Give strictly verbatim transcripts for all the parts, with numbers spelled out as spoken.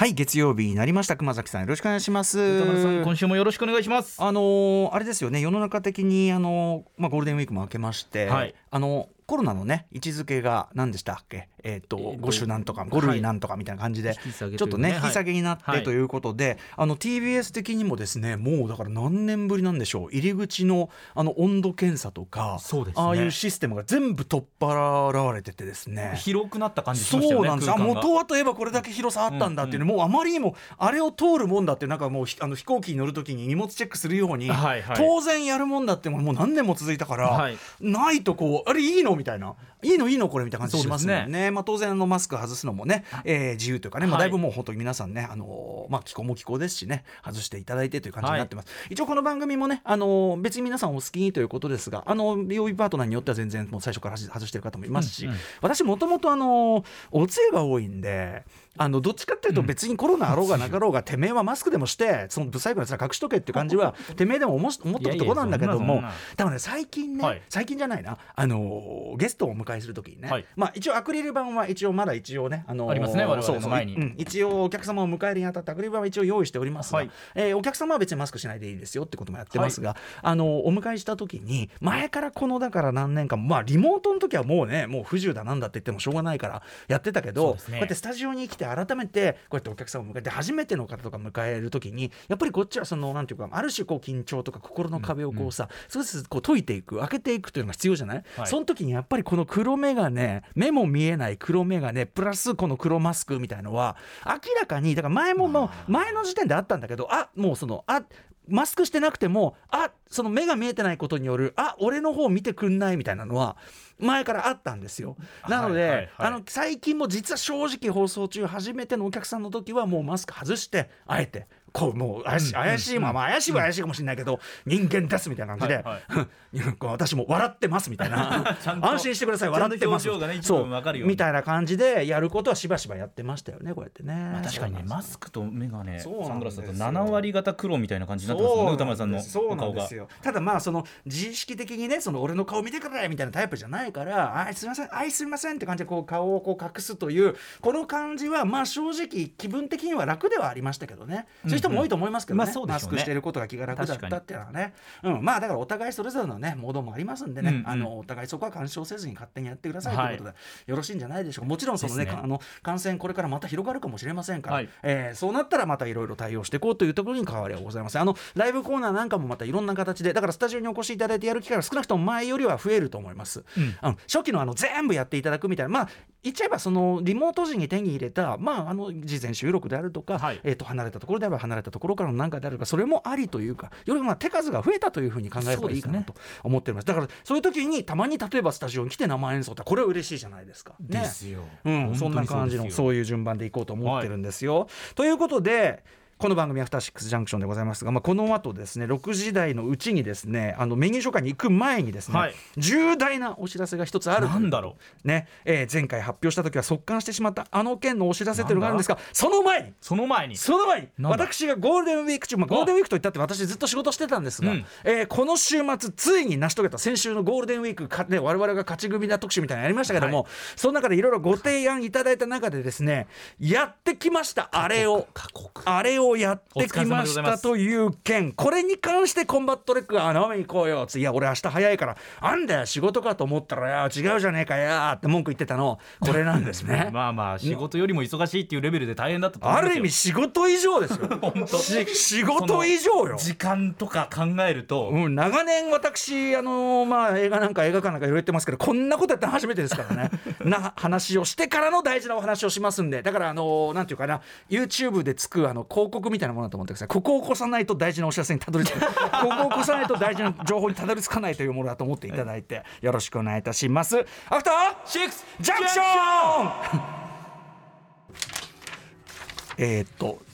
はい、月曜日になりました。熊崎さんよろしくお願いします。 歌丸さん今週もよろしくお願いします。 あのー、あれですよね、世の中的にあのー、まあ、ゴールデンウィークも明けまして、はい、あのコロナのね位置づけが何でしたっけ、えーと、ご種なんとかご類なんとかみたいな感じで、はい、ちょっとね引き下げになって、はい、ということで、あの ティービーエス 的にもですね、もうだから何年ぶりなんでしょう、入り口のあの温度検査とか、そうですね、ああいうシステムが全部取っ払われててですね、 広くなった感じしましたよね。 そうなんです。あ、元はといえばこれだけ広さあったんだっていうね、うんうん、もうあまりにもあれを通るもんだって、なんかもうあの飛行機に乗るときに荷物チェックするように、はいはい、当然やるもんだってもう何年も続いたから、はい、ないとこうあれいいのみたいな、いいのいいのこれみたいな感じしますもん ね, ね、まあ、当然のマスク外すのもね、えー、自由というかね、まあ、だいぶもう本当に皆さんね、あのーまあ、気候も気候ですしね、外していただいてという感じになってます、はい、一応この番組もね、あのー、別に皆さんお好きにということですが、あの美容美パートナーによっては全然もう最初から外してる方もいますし、うんうん、私もともとあのー、おつゆが多いんで、あのどっちかっていうと別にコロナあろうがなかろうが、うん、てめえはマスクでもしてそのブサイクなやつら隠しとけっていう感じはてめえでも思ったところなんだけども、多分ね最近ね、はい、最近じゃないな、あのー、ゲストをお迎えするときにね、はい、まあ、一応アクリル板は一応まだ一応ね、あのー、 ありますね、我々の前に。 そうそう、うん、一応お客様を迎えるにあたってアクリル板は一応用意しておりますが、はい、えー、お客様は別にマスクしないでいいですよってこともやってますが、はい、あのー、お迎えしたときに前からこのだから何年間、まあリモートの時はもうねもう不自由だなんだって言ってもしょうがないからやってたけど、ね、こうやってスタジオに来て改めてこうやってお客さんを迎えて初めての方とか迎えるときにやっぱりこっちはそのなんていうかある種こう緊張とか心の壁をこうさ、うんうん、少しずつこう解いていく開けていくというのが必要じゃない、はい、その時にやっぱりこの黒眼鏡、目も見えない黒眼鏡プラスこの黒マスクみたいのは明らかにだから前ももう前の時点であったんだけど、あもうそのあマスクしてなくてもあその目が見えてないことによるあ俺の方見てくんないみたいなのは前からあったんですよ。なので、はいはいはい、あの最近も実は正直放送中初めてのお客さんの時はもうマスク外してあえてこうもう怪しい、怪しい、まあまあ怪しいは怪しいかもしれないけど、うん、人間ですみたいな感じで、はいはい、私も笑ってますみたいな安心してください笑ってます、ね、そうみたいな感じでやることはしばしばやってましたよね、こうやってね、 まあ、確かにねマスクとメガネサングラスだとななわり型黒みたいな感じになってますよね、歌丸さんのお顔が。 そうなんですよ。ただまあその自意識的にねその俺の顔見てくれみたいなタイプじゃないからあすいませんあいすいませんって感じでこう顔をこう隠すというこの感じはまあ正直気分的には楽ではありましたけどね、そういう人も多いと思いますけどね、うんうんまあそうでしょうね、マスクしていることが気が楽だったっていうのはね、うん、まあだからお互いそれぞれのねモードもありますんでね、うんうん、あのお互いそこは干渉せずに勝手にやってくださいということで、はい、よろしいんじゃないでしょうか。もちろんそのね、ねあの感染これからまた広がるかもしれませんから、はい、えー、そうなったらまたいろいろ対応していこうというところに変わりはございません。あのライブコーナーなんかもまたいろんな形でだからスタジオにお越しいただいてやる機会が少なくとも前よりは増えると思います、うん、あの初期のあの全部やっていただくみたいな、まあ言っちゃえばそのリモート時に手に入れた、まあ、あの事前収録であるとか、はい、えー、と離れたところであれば離れたところからの何かであるとかそれもありというかよりまあ手数が増えたというふうに考えればいいかなと思っております。だからそういう時にたまに例えばスタジオに来て生演奏ってこれは嬉しいじゃないですか、ね、 ですよ、 うん、そんな感じのそういう順番でいこうと思ってるんですよ、はい、ということでこの番組アフターシックスジャンクションでございますが、まあ、この後ですねろくじ台のうちにですねあのメニュー紹介に行く前にですね、はい、重大なお知らせが一つある。 なんだろう、ねえー、前回発表した時は速乾してしまったあの件のお知らせというのがあるんですが、その前にその前にその前に私がゴールデンウィーク中、まあ、ゴールデンウィークといったって私ずっと仕事してたんですが、うんえー、この週末ついに成し遂げた先週のゴールデンウィークか、ね、我々が勝ち組な特集みたいなのやりましたけども、はい、その中でいろいろご提案いただいた中でですねやってきましたあれをあれをやってきましたという件、これに関してコンバットレックが飲みに行こうよ、いや俺明日早いからあんだよ仕事かと思ったらや違うじゃねえかやって文句言ってたのこれなんですねまあまあ仕事よりも忙しいっていうレベルで大変だったと思いますよ。 ある意味仕事以上ですよ本当仕事以上よ。 時間とか考えると、 うん、長年私あのー、まあ映画なんか映画館なんかいろいろ言ってますけどこんなことやったの初めてですからねな話をしてからの大事なお話をしますんで、だからあのー、なんていうかな YouTube でつくあの広告みたいなものだと思ってください。ここを越さないと大事なお知らせにたどり着くここを越さないと大事な情報にたどり着かないというものだと思っていただいてよろしくお願いいたします。アフターシックスジャンクションえーっと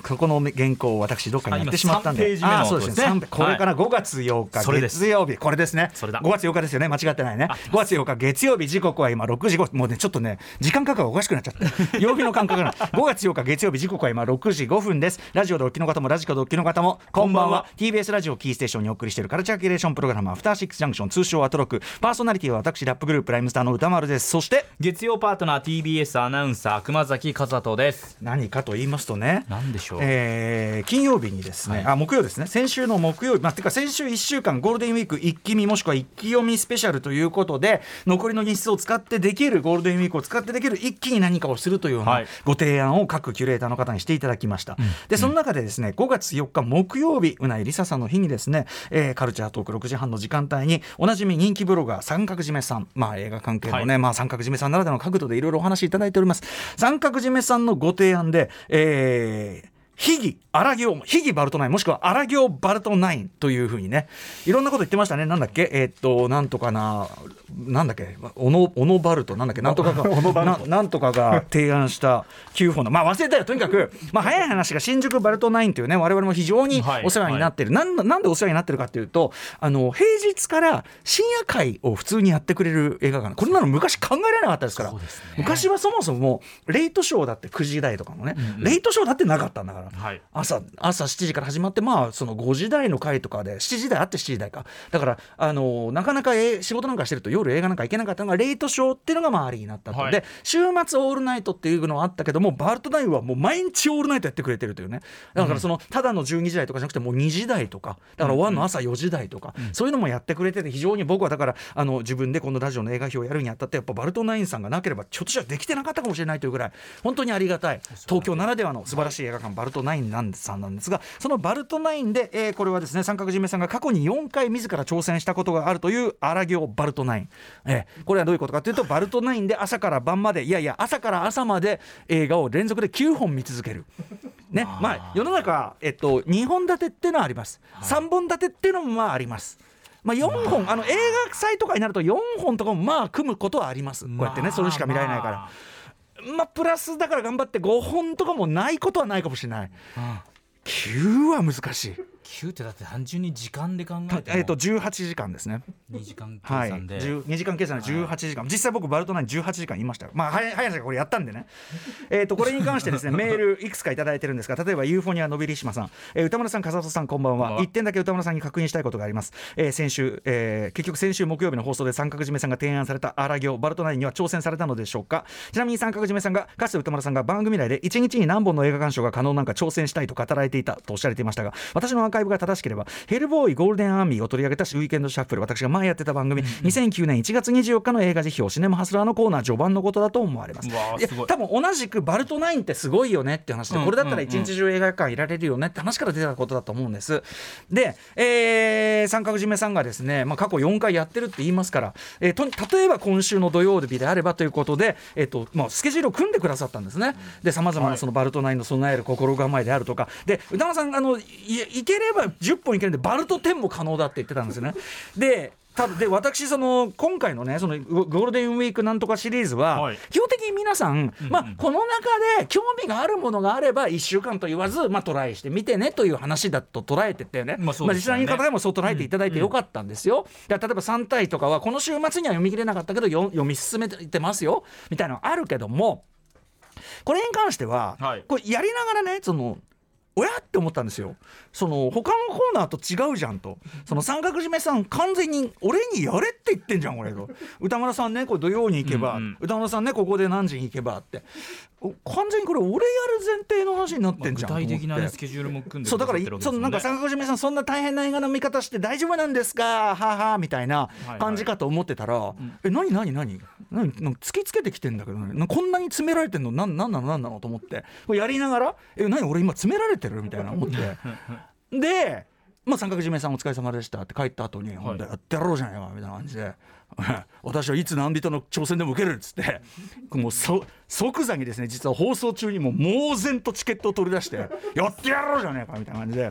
ここの原稿を私どっかにやってしまったんで、 さんページ目のあそうですね、さんこれからごがつようか月曜日、これですね、 それだごがつようかですよね、間違ってないね。ごがつようか月曜日、時刻は今ろくじごふん、もうねちょっとね時間感覚がおかしくなっちゃって曜日の感覚がごがつようか月曜日、時刻は今ろくじごふんです。ラジオでお聞きの方もラジコでお聞きの方もこんばんは。 ティービーエス ラジオキーステーションにお送りしているカルチャーキュレーションプログラムアフターシックスジャンクション、通称アトロック。パーソナリティは私ラップグループライムスターの歌丸です。そして月曜パートナー ティービーエス アナウンサー熊崎和人です。 何かと言いますとね、 何でしょう、 えー、金曜日にですね、はい、あ木曜ですね、先週の木曜日、まあ、てか先週いっしゅうかんゴールデンウィーク一気見もしくは一気読みスペシャルということで、残りの日数を使ってできるゴールデンウィークを使ってできる一気に何かをするというようなご提案を各キュレーターの方にしていただきました、うん、でその中でですね、ごがつよっか木曜日、うないりささんの日にですね、えー、カルチャートークろくじはんの時間帯におなじみ人気ブロガー三角締めさん、まあ映画関係のね、はい、まあ三角締めさんならではの角度でいろいろお話いただいております。三角締めさんのご提案で、えー秘技荒行秘技バルトナインもしくは荒行バルトナインというふうにね、いろんなこと言ってましたね。なんだっけ、えー、っとなんとかななんだっけオノオノバルトなんだっけなんとかがな, なんとかが提案したきゅうほんのまあ忘れたよ。とにかく、まあ、早い話が新宿バルトナインというね、我々も非常にお世話になってる、はいはい、なん, なんでお世話になってるかというと、あの平日から深夜会を普通にやってくれる映画館、こんなの昔考えられなかったですから。そうですね、昔はそもそもレイトショーだってくじ台とかもね、うんうん、レイトショーだってなかったんだから、はい、朝, 朝しちじから始まって、まあそのごじ台の回とかでしちじ台あってしちじ台かだから、あのなかなか仕事なんかしてると夜映画なんか行けなかったのがレイトショーっていうのがまあありになったので、はい、週末オールナイトっていうのはあったけども、バルトナインはもう毎日オールナイトやってくれてるというね。だからそのただのじゅうにじ台とかじゃなくてもうにじ台とかだから終わるの朝よじ台とか、うんうん、そういうのもやってくれてて、非常に僕はだからあの自分でこのラジオの映画表をやるにあたってやっぱバルトナインさんがなければちょっとしたらできてなかったかもしれないというぐらい本当にありがたい東京ならではの素晴らしい映画館バルトナインなんさんなんですが、そのバルトナインで、えー、これはですね三角締めさんが過去によんかい自ら挑戦したことがあるという荒行バルトナイン、えー、これはどういうことかというと、バルトナインで朝から晩までいやいや朝から朝まで映画を連続できゅうほん見続けるね。あまあ世の中、えっと、にほん立てっていうのはあります、はい、さんぼん立てっていうのもまああります。まあ、よんほんあの映画祭とかになるとよんほんとかもまあ組むことはあります。こうやってねそれしか見られないから、まあプラスだから頑張ってごほんとかもないことはないかもしれない。きゅうは難しい。 きゅうってだって単純に時間で考えても、 えー、とじゅうはちじかんですね。 にじかん計算で、はい、 にじかん計算でじゅうはちじかん、実際僕バルトナインじゅうはちじかんいましたよ。まあ早い話がこれやったんでねえとこれに関してですねメールいくつかいただいてるんですが、例えばユーフォニアのびりしまさん、えー、歌村さん風里さんこんばんは。いってんだけ歌村さんに確認したいことがあります、えー、先週、えー、結局先週木曜日の放送で三角締めさんが提案された荒行バルトナインには挑戦されたのでしょうか。ちなみに三角締めさんがかつて歌村さんが番組内でいちにちに何本の映画鑑賞が可能なんか挑戦したいと語られていたとおっしゃられていましたが、私のアーカイブが正しければヘルボーイゴールデンアーミーを取り上げたウィーケンドシャッフル、私が前やってた番組、うん、にせんきゅうねんいちがつにじゅうよっかの映画辞表シネマハスラーのコーナー序盤のことだと思われます。す多分同じくバルトナインってすごいよねって話で、これだったら一日中映画館いられるよねって話から出たことだと思うんです。で、えー、三角締めさんがですね、まあ、過去よんかいやってるって言いますから、えー、と例えば今週の土曜日であればということで、えーとまあ、スケジュールを組んでくださったんですね。でさまざまなそのバルトナインの備える心構えであるとかで、歌間さんあの い, いければじゅっぽんいけるんでバルトじゅうも可能だって言ってたんですよね。でたで私その今回のねそのゴールデンウィークなんとかシリーズは、はい、基本的に皆さん、うんうんまあ、この中で興味があるものがあればいっしゅうかんと言わず、まあ、トライしてみてねという話だと捉えててね、まあそうですよね。まあ、実際の方でもそう捉えていただいてよかったんですよ、うんうん、例えばさん体とかはこの週末には読み切れなかったけど読み進めてますよみたいなのあるけども、これに関しては、はい、これやりながらねそのおやって思ったんですよ。その他のコーナーと違うじゃんと、その三角締めさん完全に俺にやれって言ってんじゃんこれと歌村さんねこれ土曜に行けば、うんうん、歌村さんねここで何時に行けばって完全にこれ俺やる前提の話になってんじゃん、 まあ、具体的な、ね、スケジュールも組んでくださってるわけですよね。そうだからそのなんか三角締めさんそんな大変な映画の見方して大丈夫なんですかははみたいな感じかと思ってたら、はいはい、え何何何何何突きつけてきてんだけど、ね、こんなに詰められてんの何なの何なのと思ってこれやりながらえ何俺今詰められてるみたいな思ってで、まあ、三角締めさんお疲れ様でしたって帰った後に、はい、ほんでやってやろうじゃないかみたいな感じで私はいつ何人の挑戦でも受けるっつってもうそ即座にですね実は放送中にも猛然とチケットを取り出してやってやろうじゃないかみたいな感じで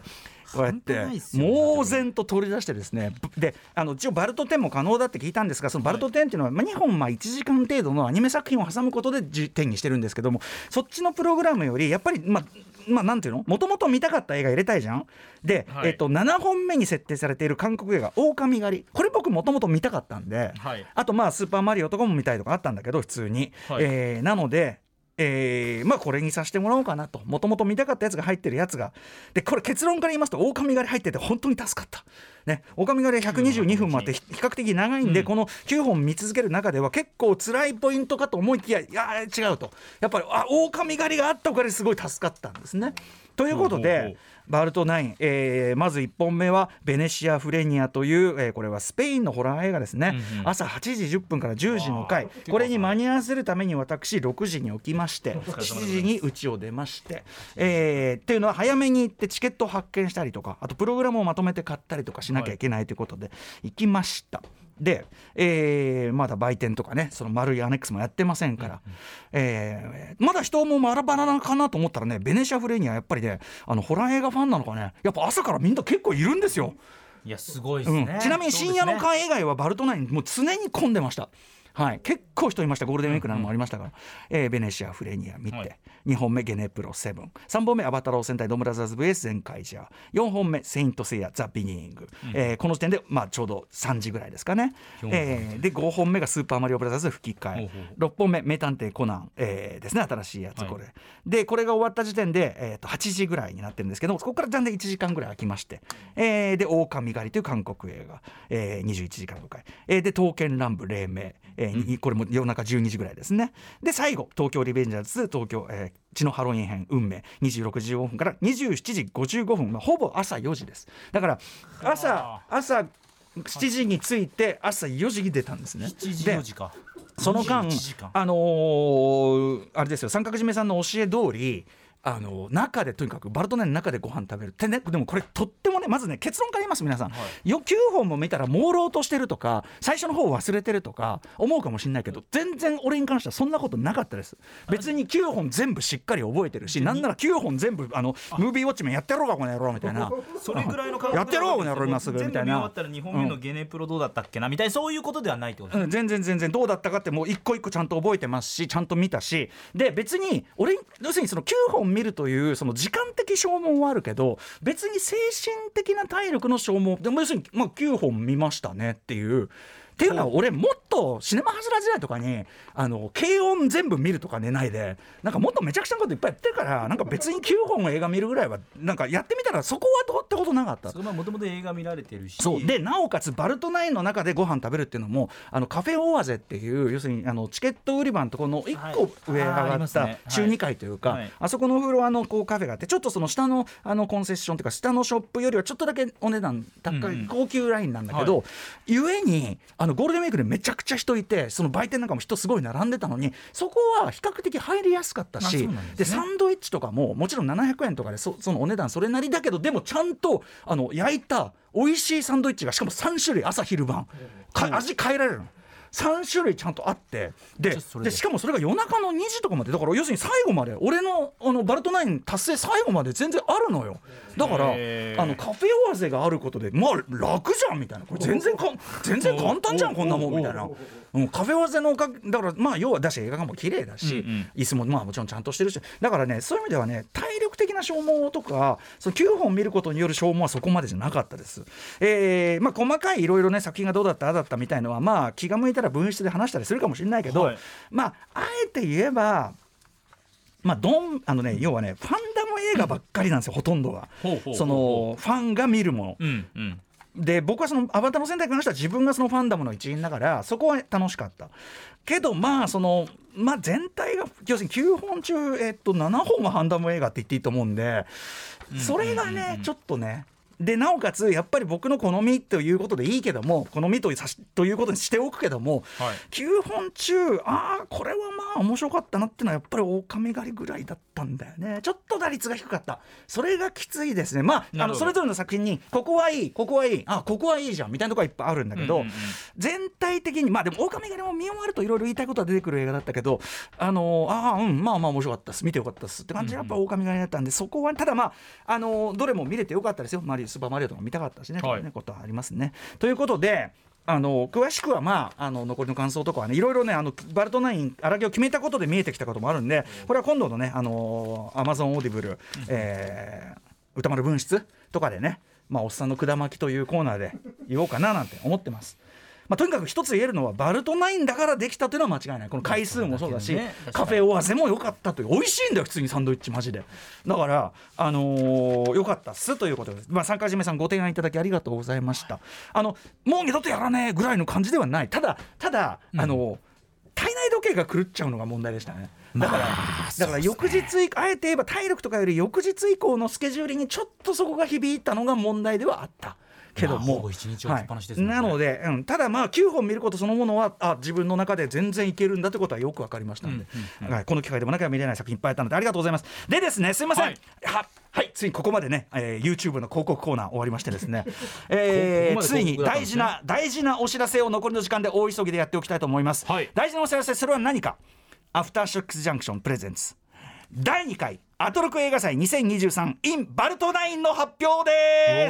こうやって猛然と取り出してですね、であの一応バルトじゅうも可能だって聞いたんですが、そのバルトじゅうっていうのは、まあ、にほんまあいちじかん程度のアニメ作品を挟むことでじゅってんにしてるんですけども、そっちのプログラムよりやっぱりまあまあ、なんていうの、もともと見たかった映画入れたいじゃん。で、はい、えっと、ななほんめに設定されている韓国映画狼狩り、これ僕もともと見たかったんで、はい、あとまあスーパーマリオとかも見たいとかあったんだけど普通に、はい、えー、なのでえー、まあこれにさせてもらおうかなと。もともと見たかったやつが入ってるやつがで、これ結論から言いますと狼狩り入ってて本当に助かったね。狼狩りはひゃくにじゅうにふんもあって比較的長いんで、うん、このきゅうほん見続ける中では結構辛いポイントかと思いきや、いや違うと、やっぱりあ狼狩りがあったおかげですごい助かったんですね。ということで、ほうほうほう、バルトナイン、えー、まずいっぽんめはベネシア・フレニアという、えー、これはスペインのホラー映画ですね、うんうん、朝はちじじゅっぷんからじゅうじの回、これに間に合わせるために私ろくじに起きましてしちじに家を出まして、えー、っていうのは早めに行ってチケットを発見したりとか、あとプログラムをまとめて買ったりとかしなきゃいけないということで行きました。で、えー、まだ売店とかね、その丸いアネックスもやってませんから、うんうん、えー、まだ人もバラバラかなと思ったらね、ベネシア・フレニアやっぱりね、あのホラー映画ファンなのかね、やっぱ朝からみんな結構いるんですよ。 いやすごいですね、 うん、ちなみに深夜の会以外はバルトナインもう常に混んでました。はい、結構人いました。ゴールデンウィークなのもありましたから、うんうん、えー、ベネシア・フレニア見て、はい、にほんめゲネプロセブン、さんぼんめアバタロー戦隊ドンブラザーズ ブイエス 全開ジャー、よんほんめセイントセイヤザ・ビギニング、うん、えー、この時点で、まあ、ちょうどさんじぐらいですかね、えー、でごほんめがスーパーマリオブラザーズ吹き替え、ろっぽんめ名探偵コナン、えー、ですね、新しいやつこれ、はい、でこれが終わった時点で、えー、とはちじぐらいになってるんですけど、そこからだんだんいちじかんぐらい空きまして、えー、で狼狩りという韓国映画、えー、にじゅういちじかんの回、えー、で刀剣乱舞黎明、えー、これも夜中じゅうにじぐらいですね。で最後東京リベンジャーズ東京、えー、血のハロウィン編運命にじゅうろくじじゅうごふんからにじゅうしちじごじゅうごふん、まあ、ほぼ朝よじです。だから朝朝しちじに着いて朝よじに出たんですね。 しちじよじか。 その間あのー、あれですよ、三角締めさんの教え通り、あの中でとにかくバルトナインの中でご飯食べるってね。でもこれとってもね、まずね結論から言います皆さん、はい、よきゅうほんも見たら朦朧としてるとか最初の方忘れてるとか思うかもしれないけど、全然俺に関してはそんなことなかったです。別にきゅうほん全部しっかり覚えてるし、なんならきゅうほん全部あのムービーウォッチメンやってやろうかこの野郎みたいなそれぐらいの感覚やってやろうこの野郎今すぐみたいな、 全部見終わったらにほんめのゲネプロどうだったっけなみたいな、そういうことではないってことです、 うん、全然全然どうだったかってもう一個一個ちゃんと覚えてますし、ちゃんと見たし、で別に俺要するにそのきゅうほん見るというその時間的消耗はあるけど、別に精神的な体力の消耗でも要するに、まあ、きゅうほん見ましたねっていうっていうのは、俺もっとシネマハズラ時代とかにあの軽音全部見るとか寝ないで、なんかもっとめちゃくちゃなこといっぱいやってるから、なんか別にきゅうほん映画見るぐらいはなんかやってみたらそこはどうってことなかった。 もともと映画見られてるし、 そうでなおかつバルトナインの中でご飯食べるっていうのも、あのカフェオアゼっていう要するにあのチケット売り場のところのいっこ上上がった中にかいというか、はい、あ, ねはい、あそこのフロアのこうカフェがあって、ちょっとその下のあのコンセッションというか下のショップよりはちょっとだけお値段高い、うんうん、高級ラインなんだけど、はい、ゆえにあのゴールデンウィークでめちゃくちゃ人いて、その売店なんかも人すごい並んでたのに、そこは比較的入りやすかったし、で、ね、でサンドイッチとかももちろんななひゃくえんとかで そ, そのお値段それなりだけど、でもちゃんとあの焼いた美味しいサンドイッチがしかもさんしゅるい朝昼晩か味変えられるの。さんしゅるいちゃんとあって、 で, でしかもそれが夜中のにじとかまで、だから要するに最後まで俺 の, あのバルトナイン達成最後まで全然あるのよ。だからあのカフェオアゼがあることでまあ楽じゃんみたいな、これ全然か全然簡単じゃんこんなもんみたいな、うん、カフェオアゼのおかげだから、まあ要はだし映画館も綺麗だし、うんうん、椅子もまあもちろんちゃんとしてるし、だからねそういう意味ではね体力的な消耗とかそのきゅうほん見ることによる消耗はそこまでじゃなかったです。えーまあ、細かいいろいろね作品がどうだったああだったみたいのはまあ気が向いたら分室で話したりするかもしれないけど、はい、まああえて言えばまあどんあのね要はねファンダム映画ばっかりなんですよ、うん、ほとんどがそのファンが見るもの、うんうんで僕はそのアバターの選択に関しては自分がそのファンダムの一員だからそこは楽しかったけど、まあそのまあ全体が要するにきゅうほん中、えっと、ななほんがファンダム映画って言っていいと思うんで、それがねちょっとねでなおかつやっぱり僕の好みということでいいけども好みというということにしておくけども、はい、きゅうほん中ああこれはまあ面白かったなっていうのはやっぱり狼狩りぐらいだったんだよね。ちょっと打率が低かった。それがきついですね。まあ、あのそれぞれの作品にここはいいここはいいあここはいいじゃんみたいなところはいっぱいあるんだけど、うんうんうん、全体的にまあでも狼狩りも見終わるといろいろ言いたいことは出てくる映画だったけどあのあうんまあまあ面白かったです見てよかったですって感じでやっぱ狼狩りだったんで、そこはただまああのどれも見れてよかったですよ。マリスーパーマリオとか見たかったしね、はい、というねことはありますね。ということであの詳しくは、まあ、あの残りの感想とかはねいろいろねあのバルトナイン荒木を決めたことで見えてきたこともあるんで、これは今度のねあの Amazon オーディブル、えー、歌丸分室とかでね、まあ、おっさんの管巻きというコーナーで言おうかななんて思ってます。まあ、とにかく一つ言えるのはバルトナインだからできたというのは間違いない。この回数もそうだし、ね、カフェオアゼも良かったという美味しいんだよ普通にサンドイッチマジでだからあのー、良かったっすということです。まあ、さんかいじめさんご提案いただきありがとうございました。あのもう二度とやらねえぐらいの感じではない。ただただ、うん、あの体内時計が狂っちゃうのが問題でしたね。だから、まあ、だから翌日以降、あえて言えば体力とかより翌日以降のスケジュールにちょっとそこが響いたのが問題ではあったけども、 一日置きっぱなしですもんね。 はい、なので、うん、ただまあきゅうほん見ることそのものはあ自分の中で全然いけるんだということはよく分かりましたので、うんうんうんはい、この機会でもなきゃ見れない作品いっぱいあったのでありがとうございます。でですねすいません、はい、ははい、ついにここまでね、えー、YouTube の広告コーナー終わりましてですね、えー、ついに大事な大事なお知らせを残りの時間で大急ぎでやっておきたいと思います、はい、大事なお知らせ、それは何か。アフターショックスジャンクションプレゼンツだいにかいアトロク映画祭にせんにじゅうさん in バルトナインの発表です。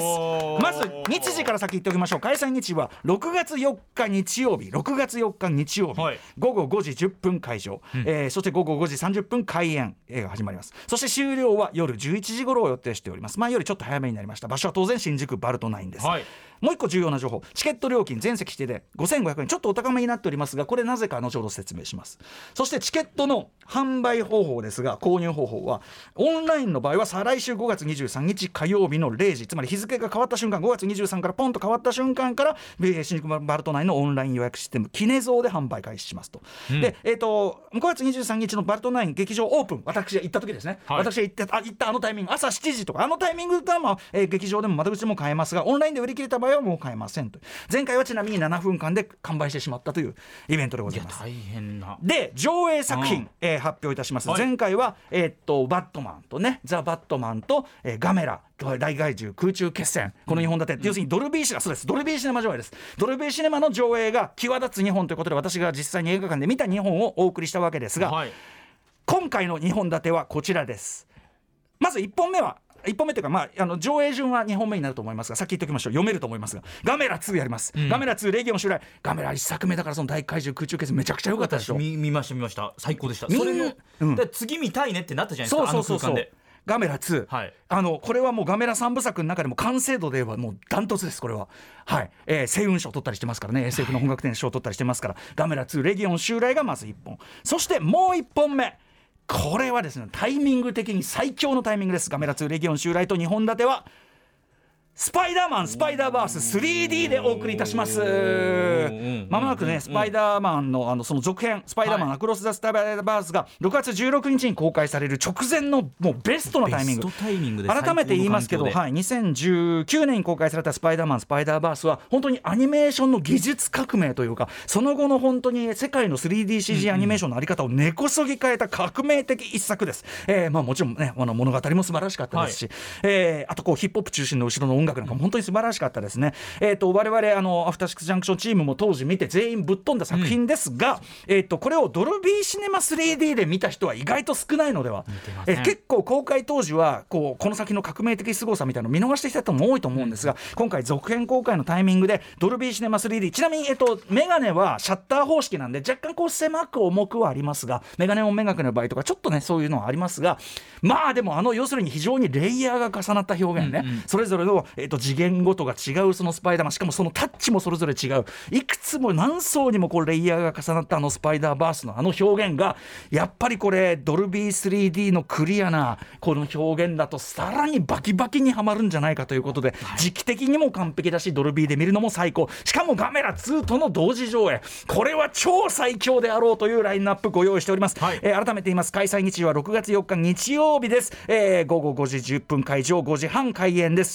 まず日時から先言っておきましょう。開催日はろくがつよっか日曜日ろくがつよっか日曜日、はい、ごごごじじゅっぷん開場、うんえー、そしてごごごじさんじゅっぷん開演映画始まります。そして終了は夜じゅういちじ頃を予定しております。前よりちょっと早めになりました。場所は当然新宿バルトナインです、はい、もう一個重要な情報、チケット料金全席指定でごせんごひゃくえん、ちょっとお高めになっておりますがこれなぜか後ほど説明します。そしてチケットの販売方法ですが購入方法はオンラインの場合は再来週ごがつにじゅうさんにち火曜日のれいじ、つまり日付が変わった瞬間ごがつにじゅうさんからポンと変わった瞬間から新宿バルトナインのオンライン予約システムキネゾーで販売開始しますと、うん、で、えー、とごがつにじゅうさんにちのバルトナイン劇場オープン、私が行った時ですね、はい、私が行ってあ行ったあのタイミング朝しちじとかあのタイミングでは、まあえー、劇場でも窓口でも買えますがオンラインで売り切れた場合はもう買えませんと。前回はちなみにななふんかんで完売してしまったというイベントでございます。 いや大変な。 で上映作品、えー、発表いたします、はい、前回は、えー、っとバットマンとねザ・バットマンと、えー、ガメラ大怪獣空中決戦このにほん立て、うん、要するにドルビーシネマそうですドルビーシネマ上映です。ドルビーシネマの上映が際立つにほんということで私が実際に映画館で見たにほんをお送りしたわけですが、はい、今回のにほん立てはこちらです。まずいっぽんめはいっぽんめというか、まあ、あの上映順はにほんめになると思いますが先言っておきましょう。読めると思いますがガメラツーやります、うん、ガメラツーレギオン襲来。ガメラいっさくめだからその大怪獣空中決戦めちゃくちゃ良かったでしょ。 見, 見ました見ました最高でした。それの、うん、次見たいねってなったじゃないですか。そうそうそうそうあの空間でガメラツー、はい、あのこれはもうガメラさんぶさくの中でも完成度で言えばもうダントツですこれは。はい、えー、星雲賞を取ったりしてますからね エスエフ の本格展賞を取ったりしてますから、はい、ガメラツーレギオン襲来がまずいっぽん、そしてもういっぽんめこれはですねタイミング的に最強のタイミングです。ガメラツーレギオン襲来とにほん立てはスパイダーマンスパイダーバース スリーディー でお送りいたします。まもなくねスパイダーマン の, あのその続編スパイダーマン、はい、アクロス・ザ・スパイダーバースがろくがつじゅうろくにちに公開される直前のもうベストのタイミング。 ベストタイミングで改めて言いますけど、はい、にせんじゅうきゅうねんに公開されたスパイダーマンスパイダーバースは本当にアニメーションの技術革命というかその後の本当に世界の スリーディーシージー アニメーションのあり方を根こそぎ変えた革命的一作です、えーまあ、もちろんねあの物語も素晴らしかったですし、はいえー、あとこうヒップホップ中心の後ろの音楽なんかも本当に素晴らしかったですね。えー、と我々あのアフターシックスジャンクションチームも当時見て全員ぶっ飛んだ作品ですが、うんえー、とこれをドルビーシネマ スリーディー で見た人は意外と少ないのでは、えー、結構公開当時はこうこの先の革命的凄さみたいなのを見逃してきた人も多いと思うんですが、うん、今回続編公開のタイミングでドルビーシネマ スリーディー ちなみに、えー、とメガネはシャッター方式なんで若干こう狭く重くはありますがメガネ音メガネの場合とかちょっとねそういうのはありますがまあでもあの要するに非常にレイヤーが重なった表現ね、うんうん、それぞれの、えー、と次元ごとが違うそのスパイダーマンしかもそのタッチもそれぞれ違ういくつも何層にもこうレイヤーが重なったあのスパイダーバースのあの表現がやっぱりこれドルビー スリーディー のクリアなこの表現だとさらにバキバキにはまるんじゃないかということで、はい、時期的にも完璧だしドルビーで見るのも最高しかもガメラツーとの同時上映これは超最強であろうというラインナップご用意しております、はいえー、改めて言います開催日はろくがつよっか日曜日です、えー、ごごごじじゅっぷん開場ごじはん開演です終了は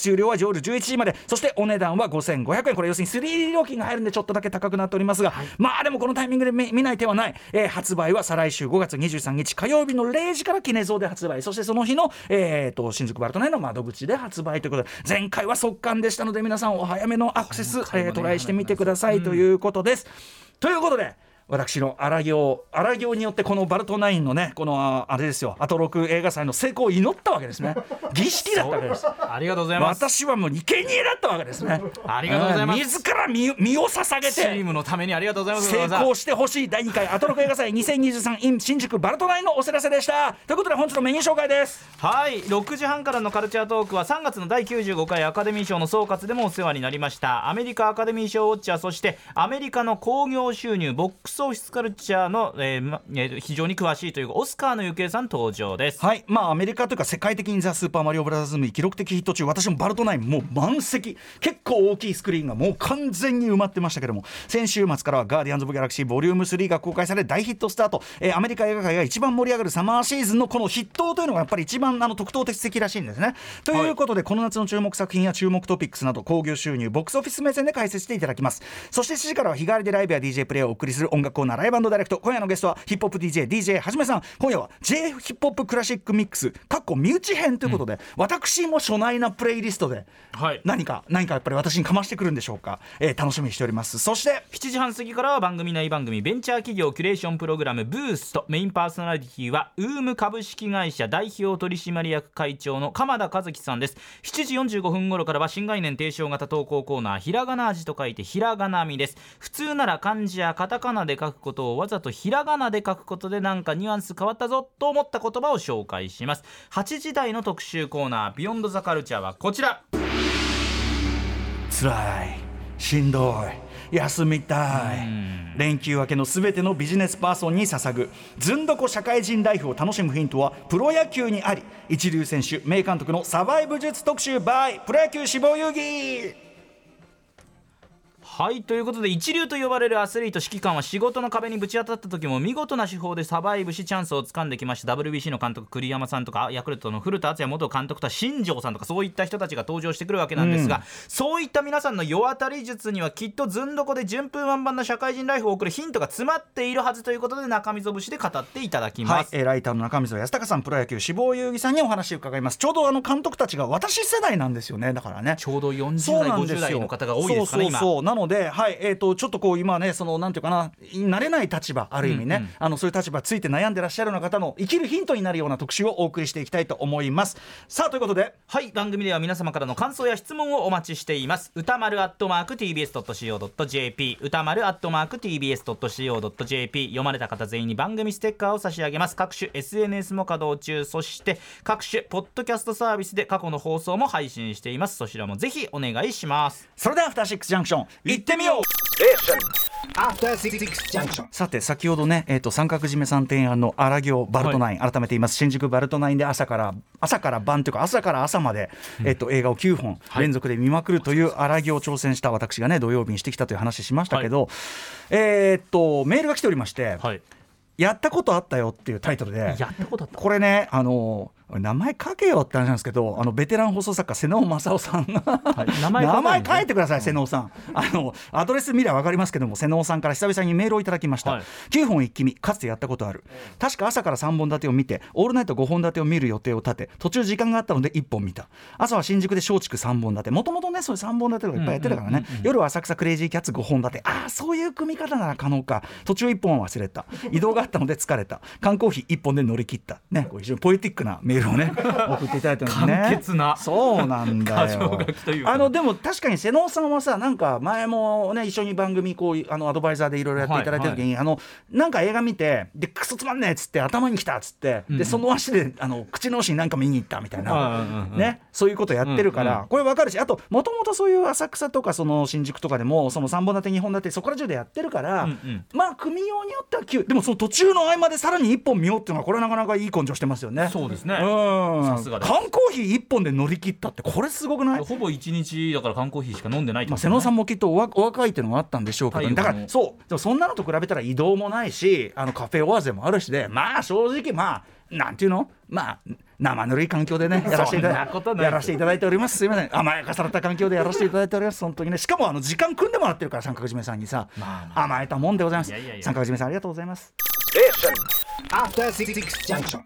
夜じゅういちじまで、そしてお値段はごせんごひゃくえん、これ要するに スリーディー 料金が入るんでちょっとだけ高くなっておりますが、はい、まあでもこのタイミングで 見, 見ない手はない、えー、発売は再来週ごがつにじゅうさんにち火曜日のれいじから記念蔵で発売、そしてその日の、えー、と新宿バルトナインの窓口で発売ということで、前回は速乾でしたので皆さんお早めのアクセス、ねえー、トライしてみてください、うん、ということです。ということで私の荒行荒行によってこのバルトナインのねこのあれですよアトロク映画祭の成功を祈ったわけですね。儀式だったわけです。 ありがとうございます。 私はもう生贄だったわけですね。 ありがとうございます。 自ら 身, 身を捧げてチームのためにありがとうございます。 成功してほしいだいにかいアトロク映画祭にせんにじゅうさん in 新宿バルトナインのお知らせでした。ということで本日のメニュー紹介です。 はい、ろくじはんからのカルチャートークはさんがつのだいきゅうじゅうごかいアカデミー賞の総括でもお世話になりましたアメリカアカデミー賞ウォッチャー、そしてアメリカの興行収入ボックスオフィスカルチャーの、えーまえー、非常に詳しいというオスカーのゆきえさん登場です。 はい、まあアメリカというか世界的にザ・スーパーマリオブラザーズ・ムービー記録的ヒット中、私もバルトナインもう満席、結構大きいスクリーンがもう完全に埋まってましたけども、先週末からはガーディアンズ・オブ・ギャラクシーボリュームスリーが公開され大ヒットスタート、えー、アメリカ映画界が一番盛り上がるサマーシーズンのこの筆頭というのがやっぱり一番あの特等的らしいんですね。ということで、はい、この夏の注目作品や注目トピックスなど興行収入ボックスオフィス目線で解説していただきます。そしてしちじからは日替わりでライブや ディージェー プレイをお送りする音楽コーナーライブ&ダイレクト。今夜のゲストはヒップホップ ディージェー ディージェー はじめさん。今夜は J ヒップホップクラシックミックスかっこ身内編ということで、うん、私も初内なプレイリストで何か、はい、何かやっぱり私にかましてくるんでしょうか、えー、楽しみにしております。そしてしちじはん過ぎからは番組内番組ベンチャー企業キュレーションプログラムブースト、メインパーソナリティはウーム株式会社代表取締役会長の鎌田和樹さんです。しちじよんじゅうごふん頃からは新概念提唱型投稿コーナーひらがな味と書いてひらがなみです。普通なら漢字やカタカナで書くことをわざとひらがなで書くことでなんかニュアンス変わったぞと思った言葉を紹介します。はちじ台の特集コーナービヨンドザカルチャーはこちら。 つらい、しんどい、休みたい、連休明けのすべてのビジネスパーソンに捧ぐずんどこ社会人ライフを楽しむヒントはプロ野球にあり、一流選手名監督のサバイブ術特集 by プロ野球志望遊戯。 はい、ということで一流と呼ばれるアスリート指揮官は仕事の壁にぶち当たった時も見事な手法でサバイブしチャンスを掴んできました。 ダブリュービーシー の監督栗山さんとかヤクルトの古田敦也元監督と新庄さんとかそういった人たちが登場してくるわけなんですが、うん、そういった皆さんの世当たり術にはきっとずんどこで順風満帆な社会人ライフを送るヒントが詰まっているはずということで中溝節で語っていただきます。 はい、えー、ライターの中溝康隆さん、プロ野球志望遊戯さんにお話を伺います。ちょうどあの監督たちが私世代なんですよね。だからねちょうどよんじゅう代ごじゅう代の方が多いですかね。 そうそうそう、なので、はい、えーとちょっとこう今ねそのなんていうかな慣れない立場ある意味ね、うんうん、あのそういう立場ついて悩んでらっしゃるような方の生きるヒントになるような特集をお送りしていきたいと思います。さあということで、 はい、番組では皆様からの感想や質問をお待ちしています。歌丸アットマーク ティービーエスドットシーオードットジェーピー 歌丸アットマーク ティービーエスドットシーオードットジェーピー 読まれた方全員に番組ステッカーを差し上げます。各種 エスエヌエス も稼働中、そして各種ポッドキャストサービスで過去の放送も配信しています。そちらもぜひお願いします。 それではアフターシックスジャンクション行ってみよう。さて先ほどね、えー、と三角締めさん提案の荒行バルトナイン、はい、改めて言います。新宿バルトナインで朝から朝から晩というか朝から朝まで、うんえー、と映画をきゅうほん連続で見まくるという荒行を挑戦した私がね土曜日にしてきたという話しましたけど、はい、えー、とメールが来ておりまして、はい、やったことあったよっていうタイトルで、 やったことあった、 これねあの名前書けよって話なんですけど、あのベテラン放送作家瀬能正夫さんが、はい、名前名前書いてください、瀬能さん。あのアドレス見れば分かりますけども、瀬能さんから久々にメールをいただきました、はい、きゅうほん一気見かつてやったことある。確か朝からさんぼん立てを見てオールナイトごほん立てを見る予定を立て、途中時間があったのでいっぽん見た。朝は新宿で松竹さんぼん立て、もともとねそういうさんぼん立てとかいっぱいやってたからね、うんうんうんうん、夜は浅草クレイジーキャッツごほん立て。ああそういう組み方なら可能か。途中いっぽんは忘れた。移動があったので疲れた。缶コーヒーいっぽんで乗り切ったね。こう非常にポエティックなメールをね送っていただいたんですね。 簡潔な。 そうなんだよ。 箇条書きというか、 あのでも確かに瀬能さんはさ、なんか前もね一緒に番組こうあのアドバイザーでいろいろやっていただいた時に、はいはい、あのなんか映画見てでクソつまんねえっつって頭にきたっつって、うん、でその足であの口直しになんか見に行ったみたいな、うんうん、ねそういうことやってるから、うんうん、これわかるし、あともともとそういう浅草とかその新宿とかでもそのさんぼん立てにほん立てそこら中でやってるから、うんうん、まあ組みようによってはきゅうでもその途中の合間でさらにいっぽん見ようっていうのはこれなかなかいい根性してますよね。 そうですね。 うん。 さすがです。 缶コーヒーいっぽんで乗り切ったってこれすごくない？ ほぼいちにちだから缶コーヒーしか飲んでないってことね。 まあ、瀬能さんもきっと お, お若いっていうのがあったんでしょうけど、だからそうでもそんなのと比べたら移動もないし、あのカフェオアゼもあるしで、まあ正直まあなんていうのまあ生ぬるい環境でねやらせていただいてやらせていただいております。すいません、甘やかされた環境でやらせていただいております。本当にね、しかもあの時間組んでもらってるから三角締めさんにさ、まあまあ、甘えたもんでございます。いやいやいや、三角締めさんありがとうございます。After Six Junction